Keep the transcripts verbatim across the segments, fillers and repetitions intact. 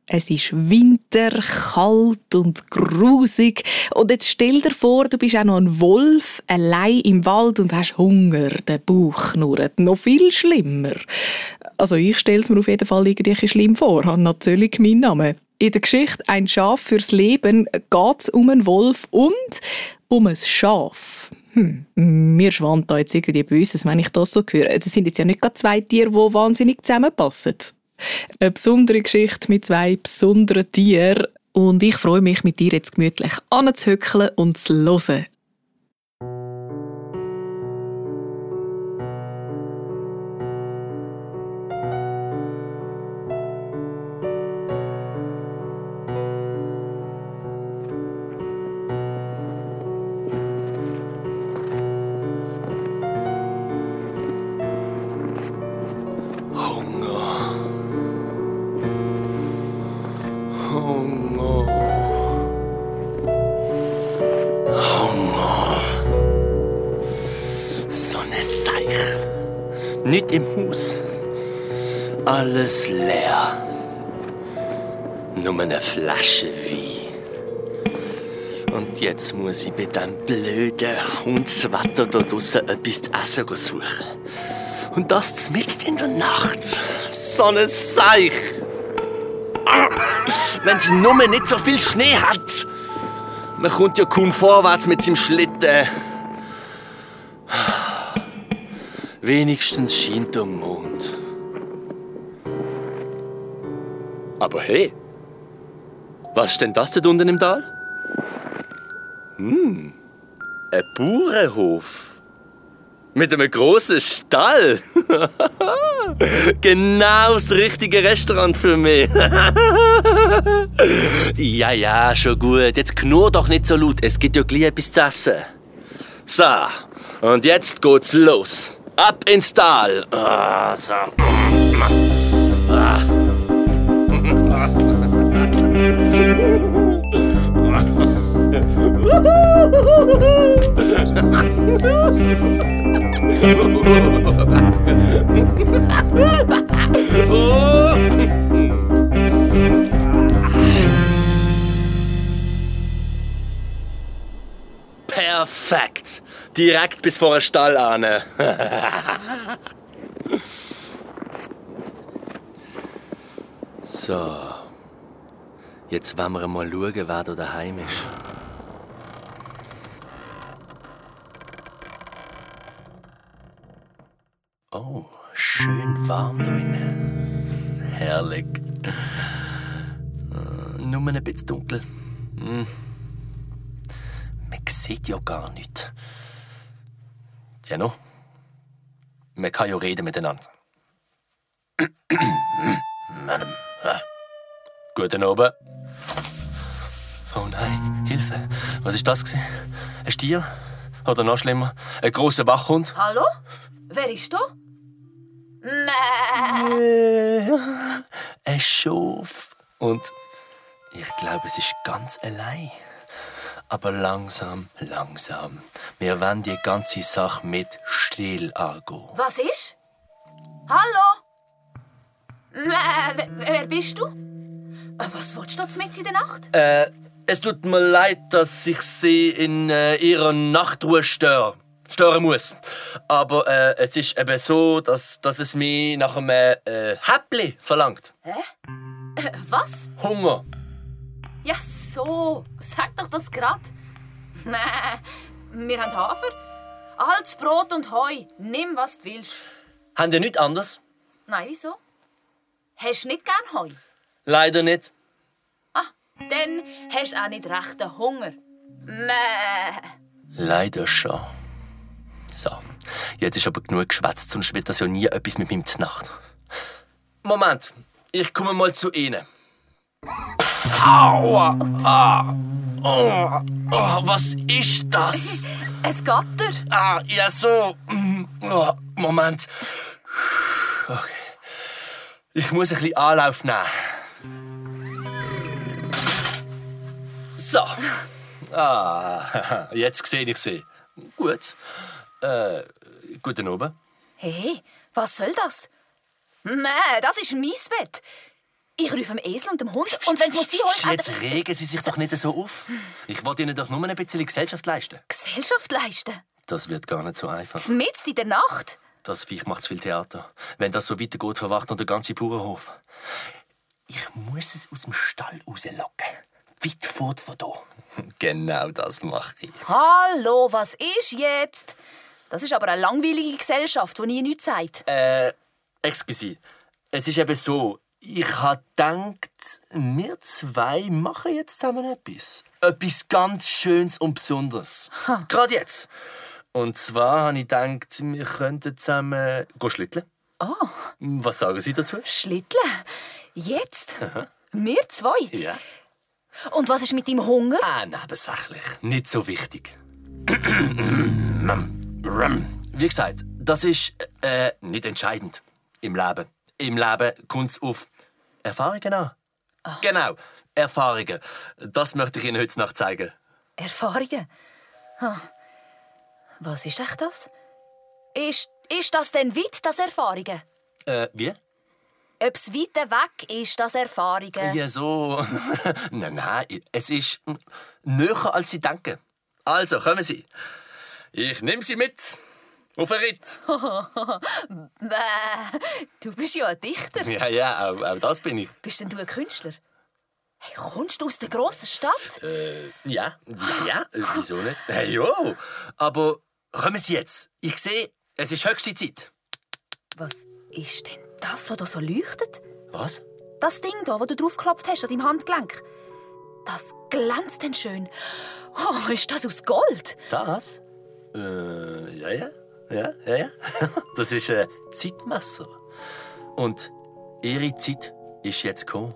Es ist Winter, kalt und grusig. Und jetzt stell dir vor, du bist auch noch ein Wolf, allein im Wald und hast Hunger, der Bauch knurrt. Noch viel schlimmer. Also ich stelle es mir auf jeden Fall irgendwie schlimm vor. Hanna Zöllig, mein Name. In der Geschichte «Ein Schaf fürs Leben» geht es um einen Wolf und um ein Schaf. Hm, mir schwant da jetzt irgendwie Böses, wenn ich das so höre. Das sind jetzt ja nicht gerade zwei Tiere, die wahnsinnig zusammenpassen. Eine besondere Geschichte mit zwei besonderen Tieren. Und ich freue mich, mit dir jetzt gemütlich anzuhöckeln und zu hören. Nicht im Haus. Alles leer. Nur eine Flasche Wein. Und jetzt muss ich bei diesem blöden Hundswetter da draussen etwas zu essen suchen. Und das mitten in der Nacht. So eine Seich. Wenn sie nur nicht so viel Schnee hat. Man kommt ja kaum vorwärts mit seinem Schlitten. Wenigstens scheint der Mond. Aber hey, was ist denn das da unten im Tal? Hm, ein Bauernhof. Mit einem grossen Stall. Genau das richtige Restaurant für mich. Ja, ja, schon gut. Jetzt knurr doch nicht so laut. Es gibt ja gleich etwas zu essen. So, und jetzt geht's los. Ab ins Tal. Ah, so. Ah. Perfekt. Direkt bis vor den Stall an. So. Jetzt wollen wir mal schauen, wer da daheim ist. Oh, schön warm da drinnen. Herrlich. Nur ein bisschen dunkel. Hm. Man sieht ja gar nichts. Ja, no. Man kann ja reden miteinander. Guten Abend. Oh nein, Hilfe. Was ist das? Ein Stier? Oder noch schlimmer, ein grosser Wachhund? Hallo? Wer ist da? Mäh. Ein Schaf. Und ich glaube, es ist ganz allein. Aber langsam, langsam. Wir wollen die ganze Sache mit still angehen. Was ist? Hallo? Mäh, wer bist du? Was willst du mitten in der Nacht? Äh, es tut mir leid, dass ich Sie in äh, Ihrer Nachtruhe störe. stören muss. Aber äh, es ist eben so, dass, dass es mich nach einem äh, Häppli verlangt. Hä? Äh, was? Hunger. Ja, so. Sag doch das grad. Nein, wir haben Hafer. Altes Brot und Heu. Nimm, was du willst. Haben ihr nichts anderes? Nein, wieso? Hast du nicht gern Heu? Leider nicht. Ah, dann hast du auch nicht rechten Hunger. Mäh. Leider schon. So, jetzt ist aber genug geschwätzt, sonst wird das ja nie etwas mit meinem Znacht. Moment, ich komme mal zu Ihnen. Aua! Ah, oh, oh, was ist das? Ein Gatter. Ah, ja so. Oh, Moment. Okay. Ich muss ein bisschen Anlauf nehmen. So. Ah, jetzt sehe ich sie. Gut. Äh, guten Abend. Hey, was soll das? Mäh, das ist mein Bett. Ich rufe dem Esel und dem Hund. Und wenn sie holen... Jetzt regen Sie sich doch nicht so auf. Ich wollte Ihnen doch nur ein bisschen Gesellschaft leisten. Gesellschaft leisten? Das wird gar nicht so einfach. Mitten in der Nacht? Das Viech macht zu viel Theater. Wenn das so weitergeht, verwacht noch der ganze Bauernhof. Ich muss es aus dem Stall rauslocken. Weit fort von hier. Genau das mache ich. Hallo, was ist jetzt? Das ist aber eine langweilige Gesellschaft, die nie nichts sagt. Äh, excuse. Es ist eben so, ich habe gedacht, wir zwei machen jetzt zusammen etwas. Etwas ganz Schönes und Besonderes. Ha. Gerade jetzt. Und zwar habe ich gedacht, wir könnten zusammen gehen schlitteln. Oh. Was sagen Sie dazu? Schlitteln? Jetzt? Aha. Wir zwei? Ja. Und was ist mit deinem Hunger? Ah, nebensächlich. Nicht so wichtig. Wie gesagt, das ist äh, nicht entscheidend im Leben. Im Leben kommt es auf Erfahrungen an. Ah. Genau, Erfahrungen. Das möchte ich Ihnen heute Nacht zeigen. Erfahrungen? Hm. Was ist echt das? Ist, ist das denn weit, das Erfahrungen? Äh, wie? Ob es weiter weg ist, das Erfahrungen? Ja, so. nein, nein, es ist näher, als Sie denken. Also, kommen Sie. Ich nehme Sie mit. Auf einen Ritt. Du bist ja ein Dichter. Ja, ja, auch, auch das bin ich. Bist denn du ein Künstler? Hey, kommst du aus der grossen Stadt? Äh, ja, ja, ja. Äh, wieso nicht? Hey, jo. Aber kommen Sie jetzt. Ich sehe, es ist höchste Zeit. Was ist denn das, was da so leuchtet? Was? Das Ding da, wo du draufgeklopft hast, an deinem Handgelenk. Das glänzt denn schön. Oh, ist das aus Gold? Das? Äh, ja, ja. Ja, ja, ja. Das ist ein Zeitmesser. Und Ihre Zeit ist jetzt gekommen.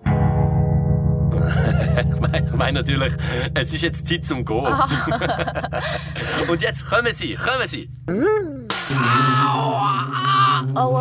ich meine ich mein natürlich, es ist jetzt Zeit zum Gehen. Und jetzt kommen Sie, kommen Sie. Oh,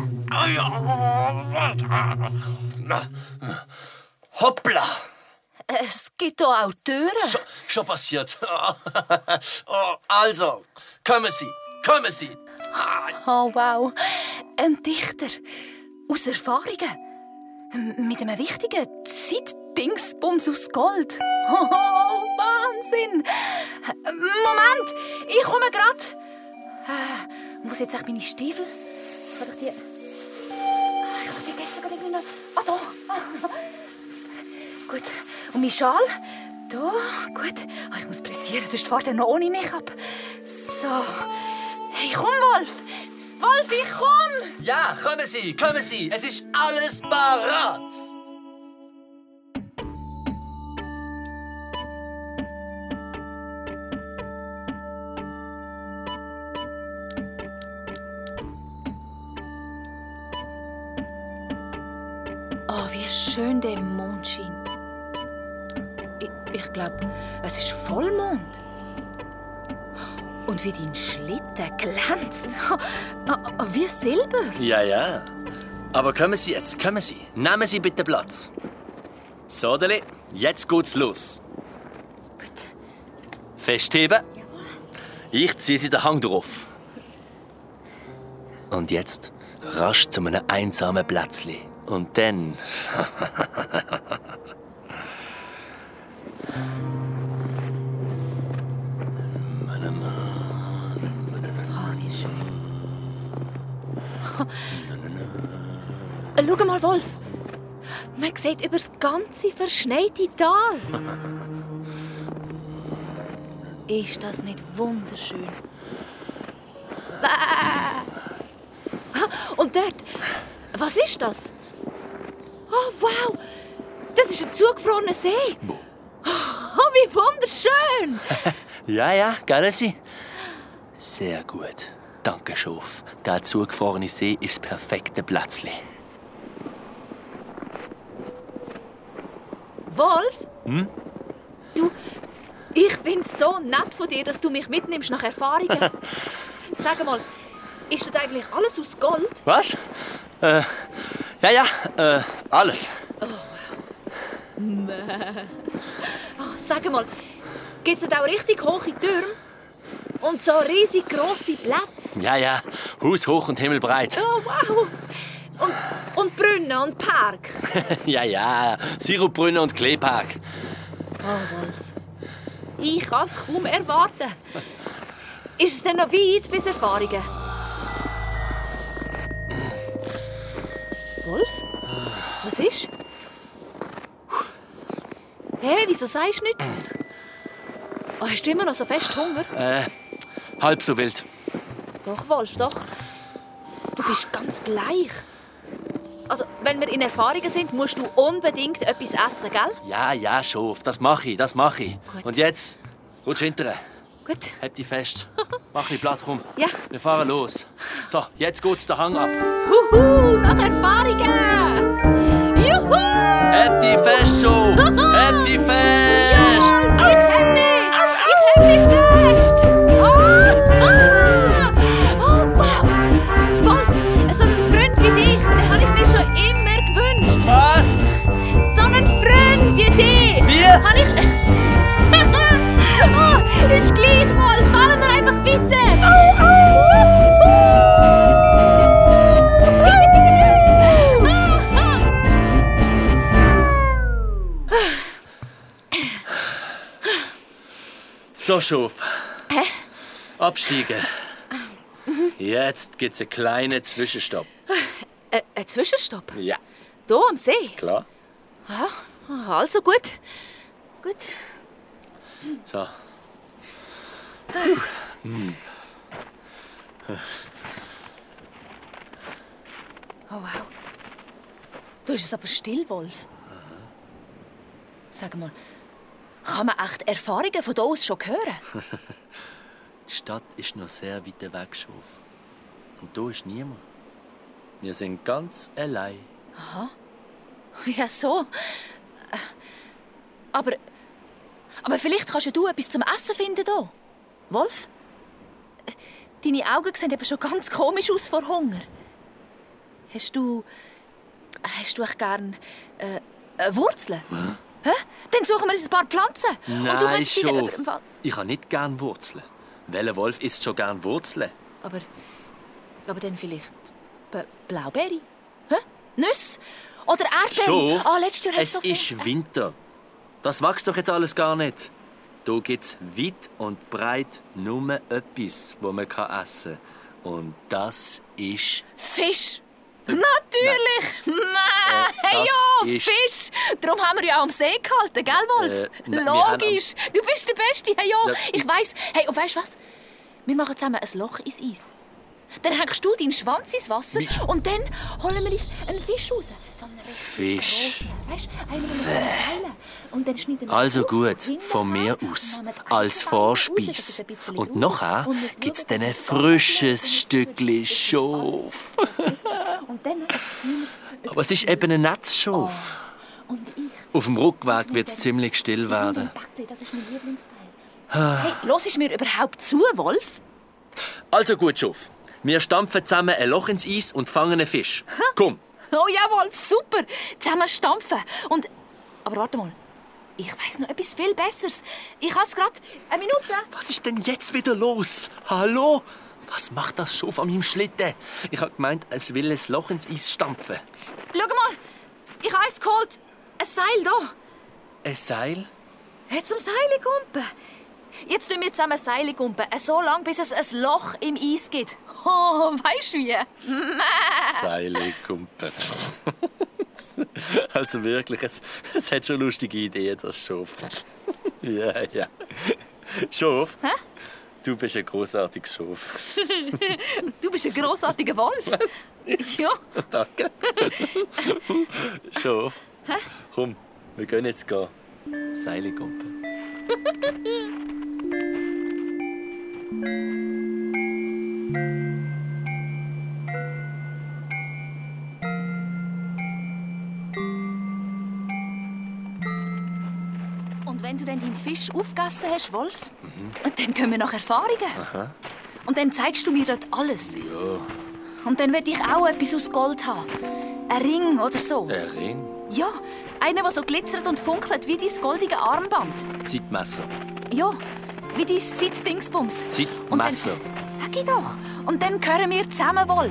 Hoppla! Es gibt hier auch Türen. Schon, schon passiert. Oh, also, kommen Sie, kommen Sie. Oh, wow. Ein Dichter. Aus Erfahrungen. M- Mit einem wichtigen Zeitdingsbums aus Gold. Oh, Wahnsinn. Moment, ich komme gerade. Äh, wo sind jetzt echt meine Stiefel? Kann ich die... Ah, ich habe die gestern gerade irgendwie noch... Ah, da. Ah. Gut. Und mein Schal? Da. Gut. Ah, ich muss pressieren, sonst fährt er noch ohne Make-up. So. Hey, komm, Wolf. Wolf, ich komm. Ja, kommen Sie, kommen Sie. Es ist alles parat. Oh, wie schön der Mond scheint. Ich, ich glaube, es ist Vollmond. Und wie dein Schlitten glänzt. Wie Silber. Ja, ja. Aber kommen Sie jetzt, kommen Sie. Nehmen Sie bitte Platz. So, Deli, jetzt geht's los. Gut. Festheben. Jawohl. Ich ziehe Sie den Hang drauf. Und jetzt rasch zu einem einsamen Plätzli. Und dann... Oh, wie schön. Schau mal, Wolf. Man sieht über das ganze verschneite Tal. Ist das nicht wunderschön? Bäh. Und dort, was ist das? Oh, wow, das ist ein zugefrorener See. Wo? Oh, wie wunderschön. Ja, ja, gell Sie? Sehr gut. Danke, Schof. Der zugefrorene See ist das perfekte Plätzli. Wolf? Hm? Du, ich find's so nett von dir, dass du mich mitnimmst nach Erfahrungen. Sag mal, ist das eigentlich alles aus Gold? Was? Äh, ja, ja, äh, alles. Oh, sag mal, gibt es auch richtig hohe Türme? Und so riesig grosse Plätze? Ja, ja, Haus hoch und Himmel breit. Oh, wow! Und, und Brunnen und Park. Ja, ja, Sirupbrunnen und Kleepark. Oh, Wolf. Ich kann es kaum erwarten. Ist es denn noch weit bis Erfahrungen? Wolf? Was ist? Hä, hey, wieso sagst du nichts? Oh, hast du immer noch so fest Hunger? Äh, halb so wild. Doch, Wolf, doch. Du bist ganz bleich. Also, wenn wir in Erfahrungen sind, musst du unbedingt etwas essen, gell? Ja, ja, Schof, das mache ich, das mache ich. Gut. Und jetzt, rutsch hinterher. Gut. Halt dich fest. Mach ein bisschen Platz, komm. Ja. Wir fahren los. So, jetzt geht's den Hang ab. Huhu, nach Erfahrungen! Juhu! Halt dich fest, Schof! Halt dich fest! Ja, ich hab mich! Ich hab mich fest! Oh, ah, oh, wow! Wolf, so einen Freund wie dich, den habe ich mir schon immer gewünscht. Was? So einen Freund wie dich! Wir? Habe ich... oh, ist gleich, Wolf. Fallen wir einfach weiter! Oh, So, Schof. Hä? Absteigen. Jetzt gibt's einen kleinen Zwischenstopp. Äh, ein Zwischenstopp? Ja, Hier am See? klar. Ah, also gut. Gut. So. Oh, wow. Du bist es aber still, Wolf. Sag mal, kann man echt Erfahrungen von hier aus schon hören? Die Stadt ist noch sehr weit weg, Schof. Und da ist niemand. Wir sind ganz allein. Ja, so. Äh, Aber, aber vielleicht kannst ja du etwas zum Essen finden hier. Wolf? Äh, Deine Augen sehen eben schon ganz komisch aus vor Hunger. Hast du... Hast du echt gern... Äh, äh, Wurzeln? Hä? Dann suchen wir uns ein paar Pflanzen. Und du Nein, könntest deine- Schof. im Fall- Ich habe nicht gern Wurzeln. Welcher Wolf isst schon gern Wurzeln? Aber... Aber dann vielleicht... B- Blaubeere? Hä? Nüsse? Oder Erdbeere? Schof, Ah, letztes Jahr hat's es so viel- ist Winter. Das wächst doch jetzt alles gar nicht. Da gibt's weit und breit nur etwas, das man essen kann. Und das ist... Fisch! Natürlich! Nein, Äh, das ja, ist- Fisch! Darum haben wir ja auch am See gehalten, gell, Wolf? Äh, nein, wir haben Logisch! Du bist der Beste, hey, ja. Ja, Ich weiss. Hey, und weißt du was? Wir machen zusammen ein Loch ins Eis. Dann hängst du deinen Schwanz ins Wasser Wie- und dann holen wir uns einen Fisch raus. So einen richtig Fisch. grossen, weißt du? Einen, den wir teilen. Und dann schneiden wir Also auf, gut, hinten von mir an, aus, nehmen die als Einzelteile raus, dass Vorspeis. es ein bisschen Und raus- nachher und wir schauen, gibt's dass dann ein es frisches ganz Stückchen alles- Schof. Und dann tun wir Aber es ist eben ein Netzschof. Und ich... Auf dem Rückweg wird es ziemlich still werden. Backli, das ist mein Lieblingsteil. Hey, hörst du mir überhaupt zu, Wolf? Also gut, Schof. Wir stampfen zusammen ein Loch ins Eis und fangen einen Fisch. Komm. Oh ja, Wolf, super. Zusammen stampfen. Und... Aber warte mal. Ich weiss noch etwas viel Besseres. Ich has grad... Eine Minute. Was ist denn jetzt wieder los? Hallo? Was macht das Schof an meinem Schlitten? Ich habe gemeint, es will ein Loch ins Eis stampfen. Schau mal. Ich habe eins geholt. Ein Seil da. Ein Seil? Hey, zum Seiligumpen. Jetzt tun wir zusammen Seiligumpen. So lange, bis es ein Loch im Eis gibt. Oh, weißt du wie? Seilkumpen. Also wirklich, es, es hat schon lustige Ideen, das Schof. Ja, ja. Schof? Hä? Du bist ein großartiges Schof. Du bist ein grossartiger Wolf. Was? Ja. Danke. Schof, komm, wir gehen jetzt gehen. Seilkumpen. Und wenn du dann deinen Fisch aufgegessen hast, Wolf, und dann kommen wir nach Erfahrungen. Aha. Und dann zeigst du mir dort alles. Ja, Und dann will ich auch etwas aus Gold haben. Ein Ring oder so. ein Ring. Ja, einer, der so glitzert und funkelt wie dein goldige Armband. Zeitmesser. Ja, wie dein Zeitdingsbums. Und dann, Zeitmesser. sag ich doch. Und dann gehören wir zusammen, Wolf.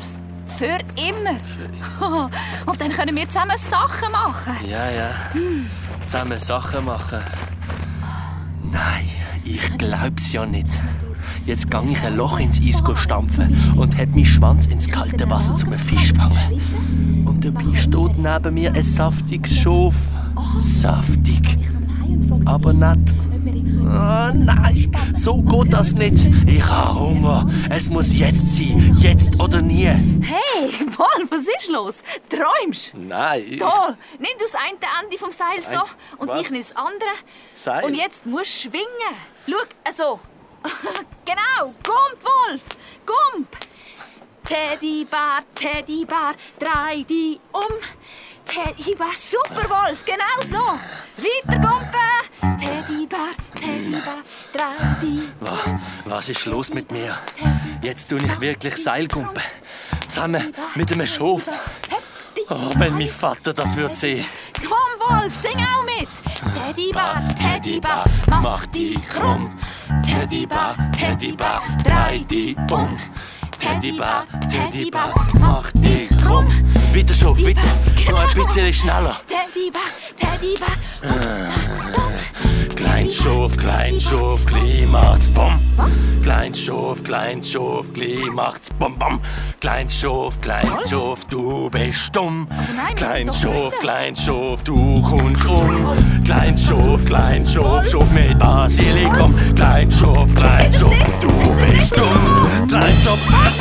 Für immer. Für immer. Und dann können wir zusammen Sachen machen. Ja, ja. Hm. Zusammen Sachen machen. Nein, ich glaub's ja nicht. Jetzt gang ich ein Loch ins Eis stampfen und heb meinen Schwanz ins kalte Wasser zum Fisch fangen. Und dabei steht neben mir ein saftiges Schaf. Saftig. Aber nicht. Oh nein, so geht das nicht. Ich habe Hunger. Es muss jetzt sein. Jetzt oder nie. Hey, Wolf, was ist los? Träumst? Nein. Toll. Nimm du das eine Ende vom Seil Seil? so und Was? ich nehme das andere. Seil? Und jetzt musst du schwingen. Schau, so. Genau. Gump, Wolf. Gump. Teddybär, Teddybär, dreh dich um. Teddybär, super, Wolf. Genau so. Weiter gumpen. Teddybär, Teddybär, dreh dich Was, was ist los mit mir? Jetzt tue ich wirklich Seilgumpen. Zusammen mit einem Schaf. Oh, wenn mein Vater das würde sehen. Komm, Wolf, sing auch mit. Teddybär, Teddybär, mach dich krumm. Teddybär, Teddybär, dreh dich um. Teddybär, Teddybär, mach dich krumm. Weiter Schaf, weiter. Noch ein bisschen schneller. Teddybär, Teddybär. Klein Schaf, klein Schaf, gleich macht's Bom. Klein Schaf, klein Schaf, gleich macht's Bom Bom. Klein Schaf, klein Schaf, du bist dumm. nein, Klein doch Schaf, nicht. klein Schaf, du kommst um. Klein Schaf, klein Schaf, Schaf mit Basilikum. Klein Schaf, klein Schaf, du bist dumm. Klein Schaf.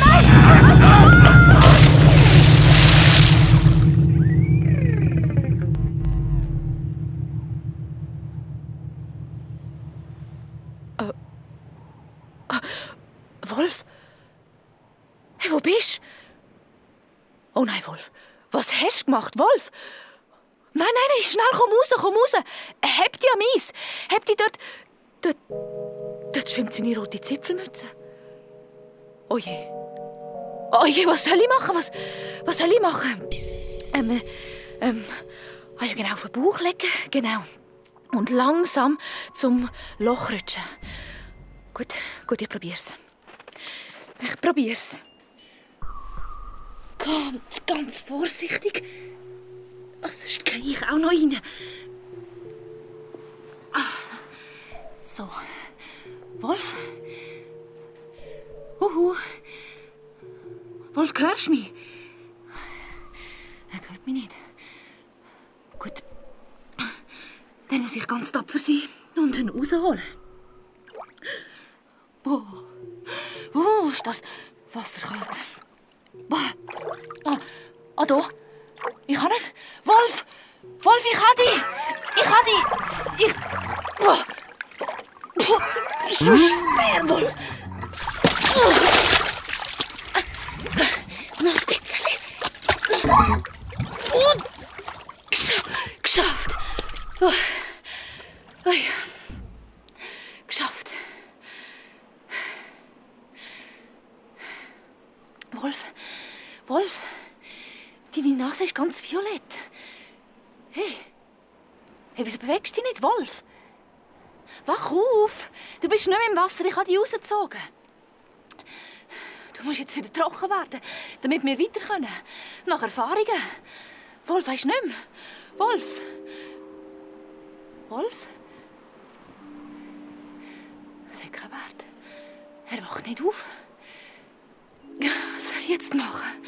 Wolf? Hey, wo bist du? Oh nein, Wolf. Was hast du gemacht, Wolf? Nein, nein, nein, schnell, komm raus, komm raus. Heb dich am Eis. Heb dich dort... Dort... Dort schwimmt seine rote Zipfelmütze. Oh je. Oh je, was soll ich machen? Was, was soll ich machen? Ähm, ähm... Ah ja, genau, auf den Bauch legen. Genau. Und langsam zum Loch rutschen. Gut, gut, ich probier's. Ich probier's. Ganz, ganz vorsichtig. Sonst gehe ich auch noch rein. Ah. So. Wolf? Uhu. Wolf, hörst du mich? Er hört mich nicht. Gut. Dann muss ich ganz tapfer sein und ihn rausholen. Oh. Oh, ist das Wasser kalt. Ah, ah, da. Ich habe ihn. Wolf! Wolf, ich habe dich! Ich habe dich! Ich... Oh. Oh. Ist so schwer, Wolf! Oh. Noch ein bisschen. Und... Gesch- Geschafft! Oh. Oh ja. Geschafft. Wolf, Wolf, deine Nase ist ganz violett. Hey, hey, wieso bewegst du dich nicht, Wolf? Wach auf, du bist nicht mehr im Wasser, ich habe dich rausgezogen. Du musst jetzt wieder trocken werden, damit wir weiter können. Nach Erfahrungen. Wolf, weisst du nicht mehr? Wolf? Wolf? Das hat keinen Wert. Er wacht nicht auf. Was soll ich jetzt machen?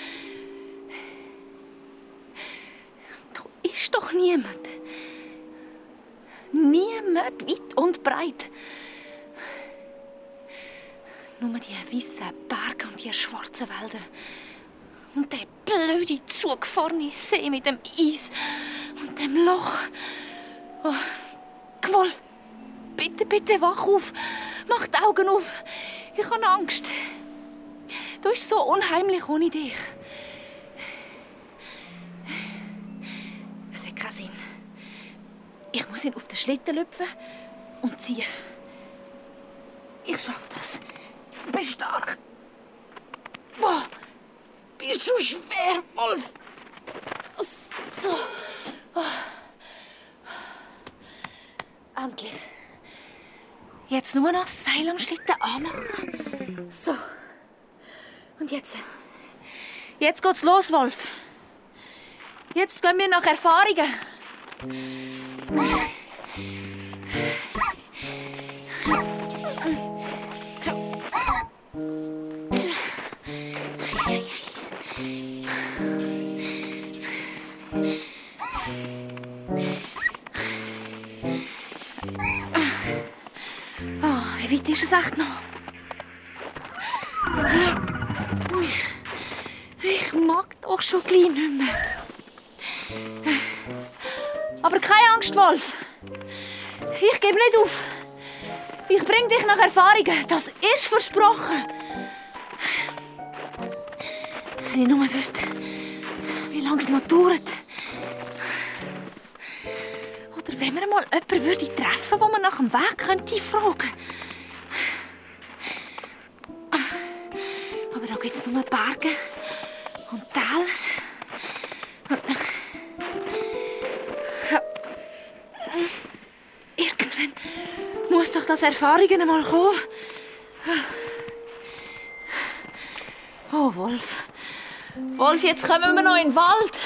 Da ist doch niemand. Niemand weit und breit. Nur die weißen Berge und die schwarzen Wälder. Und der blöde, zugefahrene See mit dem Eis und dem Loch. Oh, Wolf, bitte, bitte, wach auf. Mach die Augen auf. Ich habe Angst. Du bist so unheimlich ohne dich. Es hat keinen Sinn. Ich muss ihn auf den Schlitten lüpfen und ziehen. Ich schaffe das. Ich bin stark. Boah, bist du schwer, Wolf. So. Oh. Endlich. Jetzt nur noch das Seil am Schlitten anmachen. So. Und jetzt, Jetzt geht's los, Wolf. Jetzt gehen wir nach Erfahrungen. Oh, wie weit ist es echt noch? Ich mag doch schon gleich nicht mehr. Aber keine Angst, Wolf. Ich gebe nicht auf. Ich bringe dich nach Erfahrungen. Das ist versprochen. Wenn ich nur wüsste, wie lange es noch dauert. Oder wenn wir mal jemanden würde treffen, wo man nach dem Weg könnte fragen. Aber da gibt es nur Berge und Täler. Irgendwann muss doch das Erfahrungen einmal kommen. Oh, Wolf. Wolf, jetzt kommen wir noch in den Wald.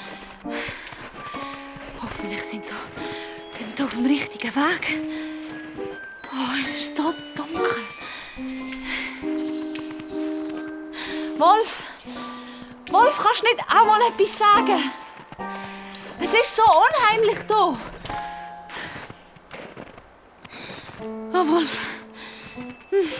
Hoffentlich sind, da, sind wir da auf dem richtigen Weg. Oh, es ist so dunkel. Wolf! Wolf, kannst du nicht auch mal etwas sagen? Es ist so unheimlich hier. Oh, Wolf. Hm.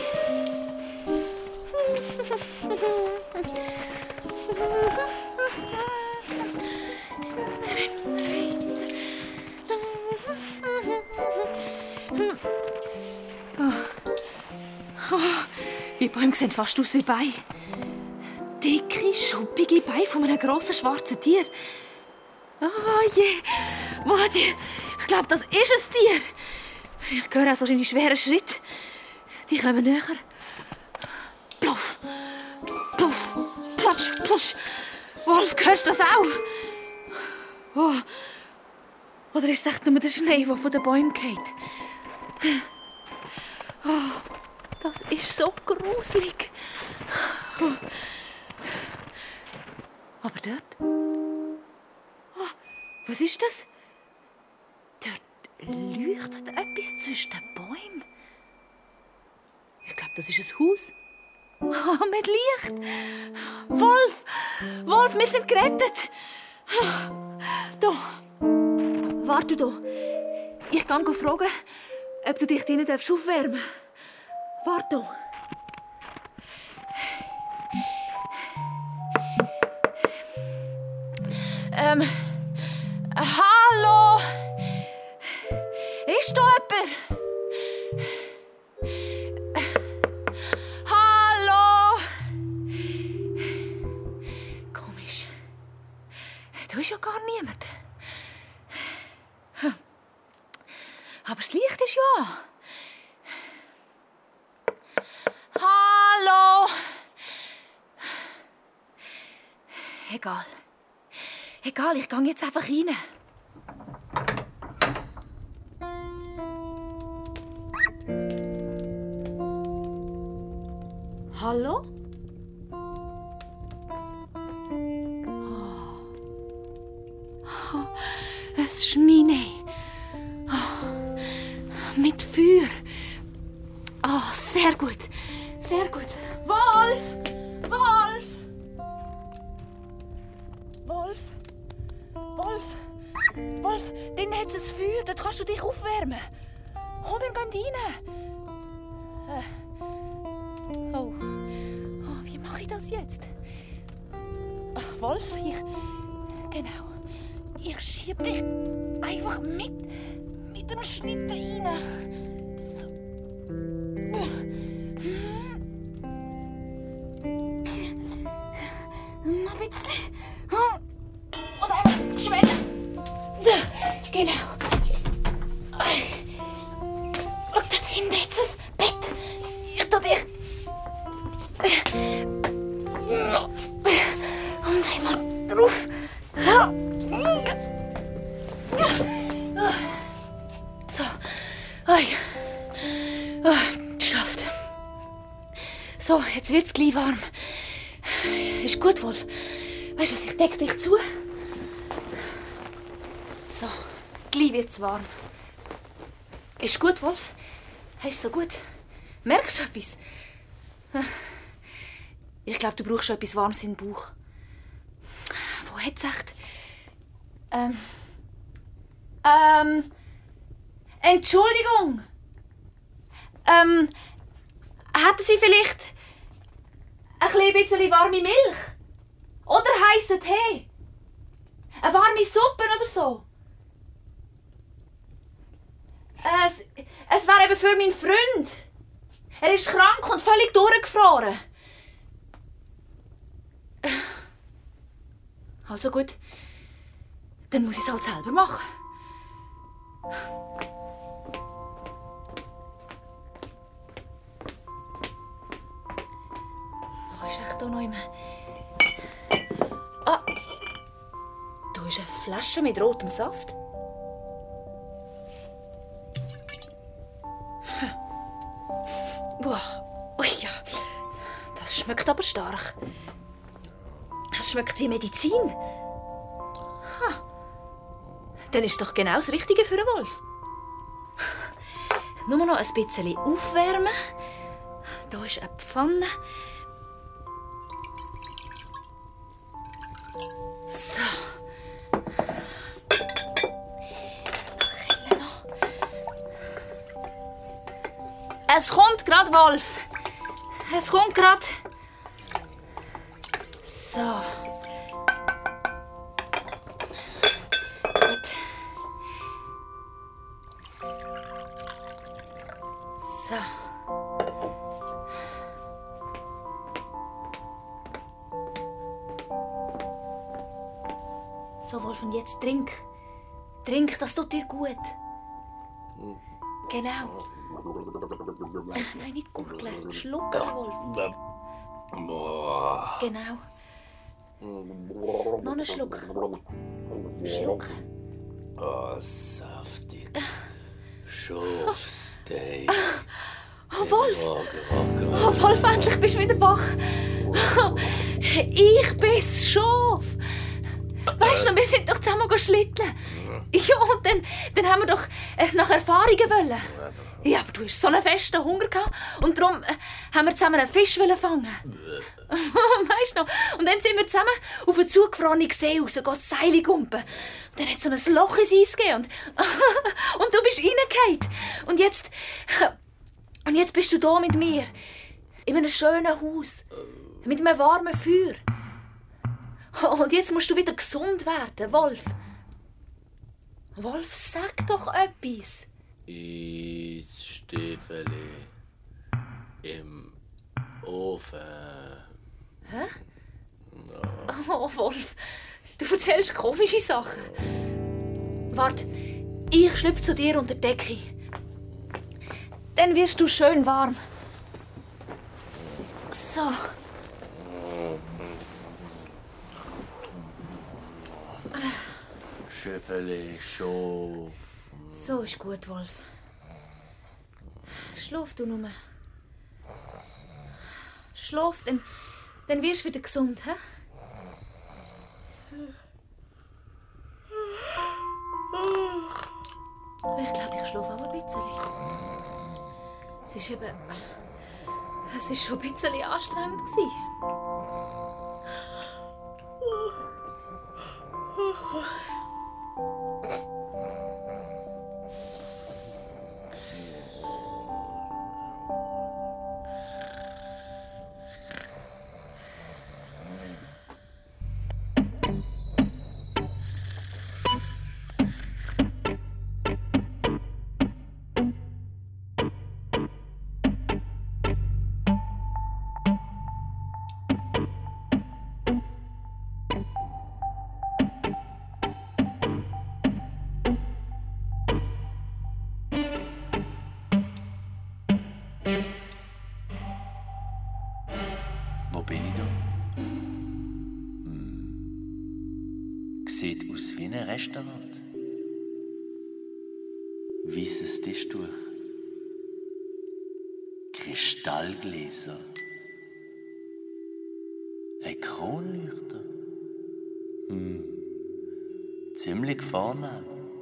Oh. Oh. Die Bäume sehen fast aus wie Beine. Dicke, schuppige Beine von einem grossen schwarzen Tier. Oh je, Madi, ich glaube, das ist ein Tier. Ich höre auch so seine schweren Schritte. Die kommen näher. Pluff, pluff, platsch, plusch. Wolf, hörst du das auch? Oh. Oder ist es echt nur der Schnee, der von den Bäumen fällt? Oh, das ist so gruselig. Oh. Aber dort? Oh, was ist das? Dort leuchtet etwas zwischen den Bäumen. Ich glaube, das ist ein Haus. Oh, mit Licht. Wolf! Wolf, wir sind gerettet. Da. Warte da. Ich gehe fragen, ob du dich drinnen aufwärmen darfst. Warte da. Ähm. Hallo? Ist da jemand? Hallo? Komisch. Da ist ja gar niemand. Hm. Aber das Licht ist ja an. Hallo? Egal. Egal, ich gehe jetzt einfach rein. Hallo? Oh. Oh, ein Schmine. Oh. Mit Feuer. Oh, sehr gut. Sehr gut. Wolf! Wolf! Wolf! Wolf! Wolf, drinnen hat es ein Feuer. Dort kannst du dich aufwärmen. Komm, wir gehen rein. Äh. Oh. Oh, wie mache ich das jetzt? Wolf, ich... Genau. Ich schieb dich einfach mit, mit dem Schnitt rein. So. Noch ein bisschen. Und einmal schwellen. Genau. Schau, dort hinten hat es ein Bett. Ich tu dich... Und einmal drauf. So. Oi. Oh, geschafft. So, jetzt wird's gleich warm. Ist gut, Wolf. Weißt du was, ich decke dich zu. So, gleich wird's warm. Ist gut, Wolf? Ist so gut? Merkst du etwas? Ich glaube, du brauchst etwas Warmes in den Bauch. Wo hat's echt? Ähm. Ähm. Entschuldigung. Ähm. Hätten Sie vielleicht ein klein bisschen warme Milch? Oder heissen Tee? Eine warme Suppe oder so? Es, es wäre eben für meinen Freund. Er ist krank und völlig durchgefroren. Also gut, dann muss ich es halt selber machen. Wo ist echt hier noch jemand? Ah, da ist eine Flasche mit rotem Saft. Boah, ui ja, das schmeckt aber stark. Das schmeckt wie Medizin. Ha. Dann ist es doch genau das Richtige für einen Wolf. Nur noch ein bisschen aufwärmen. Hier ist eine Pfanne. So. Kille noch. Es kommt grad, Wolf. Es kommt grad. So. Gut. So. So, Wolf, und jetzt trink. Trink, das tut dir gut. Genau. Äh, nein, nicht gurgeln. Schlucken, Wolf. Genau. Noch einen Schluck. Schlucken. Oh, saftiges Schafsteak. Oh, Wolf! Oh, Wolf, endlich bist du wieder wach. Ich bin's, Schaf. Weißt du noch, wir sind doch zusammen schlitteln. Ja, und dann, dann haben wir doch nach Erfahrungen wollen. Ja, aber du hast so einen festen Hunger gehabt. Und darum haben wir zusammen einen Fisch fangen. Weißt du noch? Und dann sind wir zusammen auf eine zugefrorene See raus, gehen Seile gumpen. Und dann hat es so ein Loch ins Eis gegeben. Und, und du bist reingefallen. Und jetzt... Und jetzt bist du da mit mir. In einem schönen Haus. Mit einem warmen Feuer. Und jetzt musst du wieder gesund werden, Wolf. Wolf, sag doch etwas. Eisstiefeli im Ofen. Hä? Oh, Wolf, du erzählst komische Sachen. Warte, ich schlüpfe zu dir unter die Decke. Dann wirst du schön warm. So. Schäfeli, Schaf. So ist gut, Wolf. Schlaf du nur. Schlaf, dann, dann wirst du wieder gesund, hä? Ich glaube, ich schlafe auch ein bisschen. Es ist eben... Es war schon ein bisschen anstrengend. Wo bin ich da? Hm. Sieht aus wie ein Restaurant. Weißes Tischtuch. Kristallgläser. Ein Kronleuchter. Hm. Ziemlich vornehm.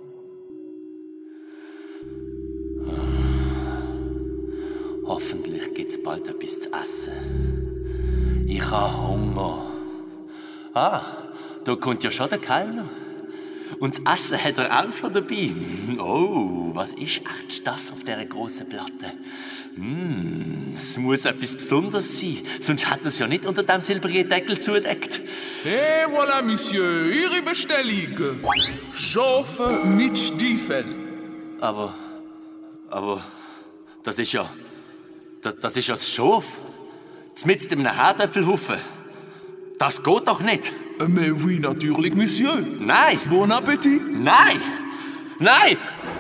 Hoffentlich gibt's bald etwas zu essen. Ich habe Hunger. Ah, da kommt ja schon der Kellner. Und das Essen hat er auch schon dabei. Oh, was ist echt das auf dieser grossen Platte? Mm, es muss etwas Besonderes sein, sonst hat er es ja nicht unter dem silbrigen Deckel zugedeckt. Et voilà, Monsieur, Ihre Bestellung. Schafe mit Stiefel. Aber, aber, das ist ja, das, das ist ja das Schaf. Mitten in einem Herdöpfelhaufen. Das geht doch nicht. Mais oui, natürlich, Monsieur. Nein! Bon Appetit. Nein! Nein!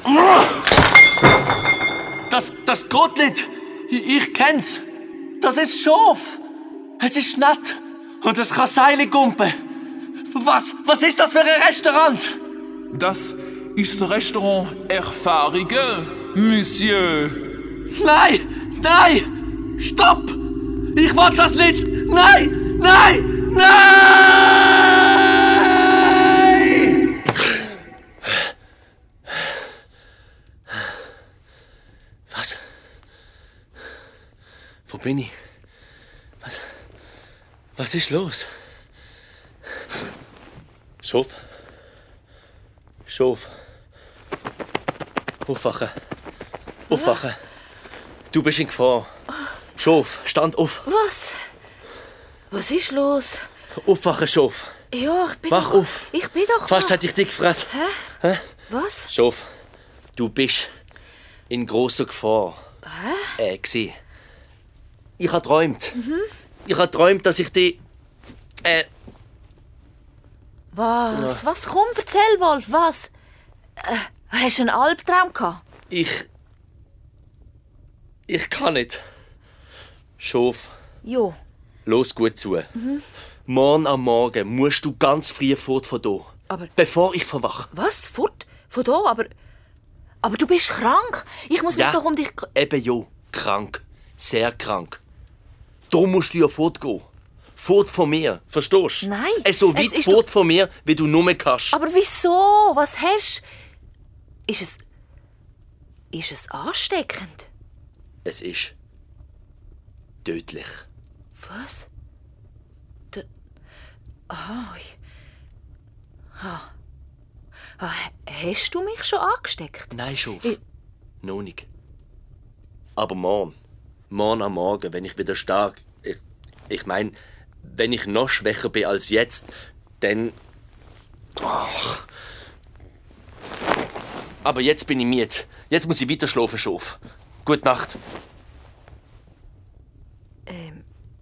Das, das geht nicht! Ich, ich kenn's! Das ist Schaf! Es ist nett! Und es kann Seile gumpen! Was, was ist das für ein Restaurant? Das ist das Restaurant Erfahrungen, Monsieur. Nein! Nein! Stopp! Ich will das nicht! Nein! Nein! Nein! Was? Wo bin ich? Was? Was ist los? Schaf? Schaf? Aufwachen. Aufwachen. Du bist in Gefahr. Schaf, stand auf. Was? Was ist los? Aufwachen, Schaf. Ja, ich bin Wach doch... auf. Ich bin doch... Fast wach. hätte ich dich gefressen. Hä? Hä? Was? Schaf, du bist in grosser Gefahr. Hä? Äh, gsi. Ich habe träumt. Mhm. Ich habe träumt, dass ich dich... Äh... Was? Ja. Was? Komm, erzähl, Wolf, was? Äh, hast du einen Albtraum gehabt? Ich... Ich kann nicht. Schaf, Jo. los gut zu. Mhm. Morgen am Morgen musst du ganz früh fort von hier. Aber... Bevor ich verwache. Was? Fort? Von da? Aber... Aber du bist krank. Ich muss Ja, mich doch um dich... eben ja. Krank. Sehr krank. Da musst du ja fortgehen. Fort von mir. Verstehst du? Nein, Äh, so es weit ist fort von mir, wie du nur kannst. Aber wieso? Was hast du? Ist es... Ist es ansteckend? Es ist... tödlich. Was? D ah, ich... ah. Ah, hast du mich schon angesteckt? Nein, Schaf. Ich- Noch nicht. Aber morgen. Morgen am Morgen, wenn ich wieder stark... Ich, ich meine, wenn ich noch schwächer bin als jetzt, dann... Ach. Aber jetzt bin ich müde. Jetzt muss ich weiter schlafen, Schaf. Gute Nacht. Ähm...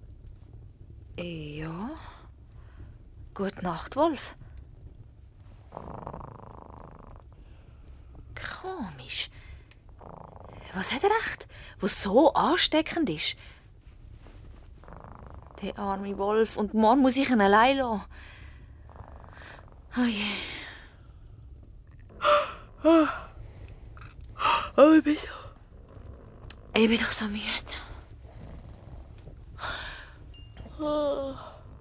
Ja... Gute Nacht, Wolf. Komisch. Was hat er recht, was so ansteckend ist? Der arme Wolf. Und morgen muss ich ihn allein lassen. Oh je. Oh, ich bin so... Ich bin doch so müde. Oh.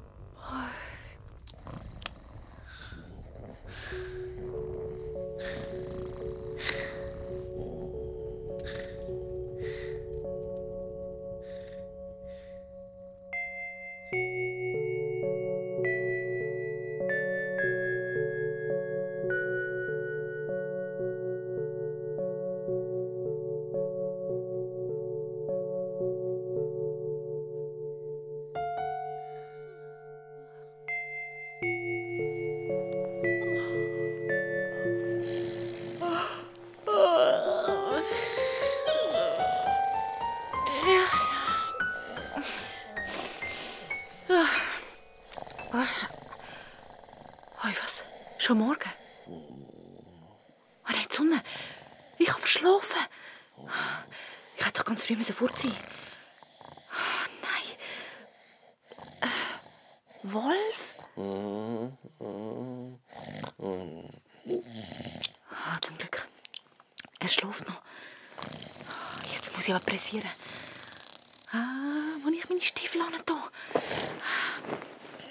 Hey, was? Schon morgen? Ah nein, die Sonne. Ich habe verschlafen. Ich hätte doch ganz früh fort sein. Ah, nein. Äh, Wolf? Ah, zum Glück. Er schläft noch. Jetzt muss ich aber pressieren. Ah, wo ich meine Stiefel an da?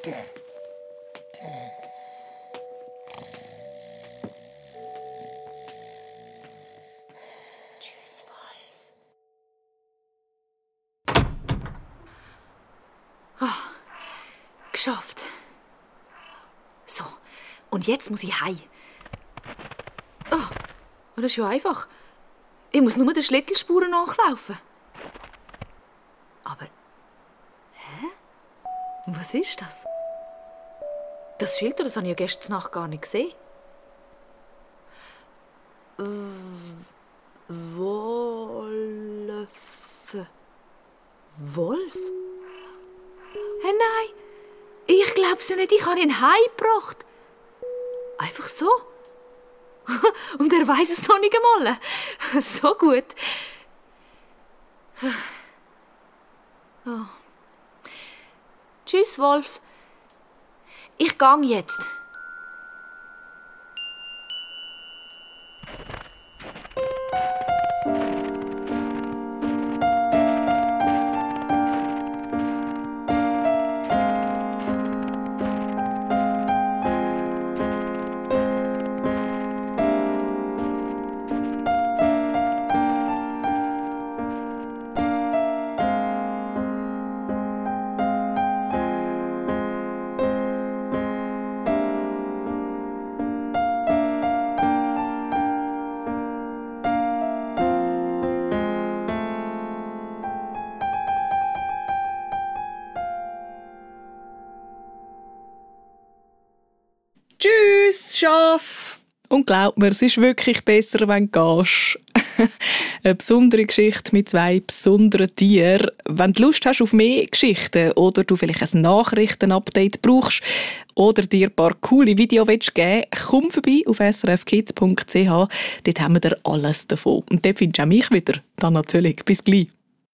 Tschüss, Wolf. Ah, geschafft. So, und jetzt muss ich heim. Ah, das ist ja einfach. Ich muss nur den Schlittelspuren nachlaufen. Aber... Hä? Was ist das? Das Schild, das habe ich ja gestern Nacht gar nicht gesehen. Wolf. Wolf? Hey, nein. Ich glaub's ja nicht. Ich habe ihn heimgebracht. Einfach so. Und er weiss es noch nicht einmal. So gut. Oh. Tschüss, Wolf. Ich gang jetzt. Tschüss, Schaf! Und glaub mir, es ist wirklich besser, wenn du gehst. Eine besondere Geschichte mit zwei besonderen Tieren. Wenn du Lust hast auf mehr Geschichten oder du vielleicht ein Nachrichtenupdate brauchst oder dir ein paar coole Videos geben willst, komm vorbei auf s r f kids punkt c h. Dort haben wir dir alles davon. Und dort findest du auch mich wieder. Dann natürlich. Bis gleich.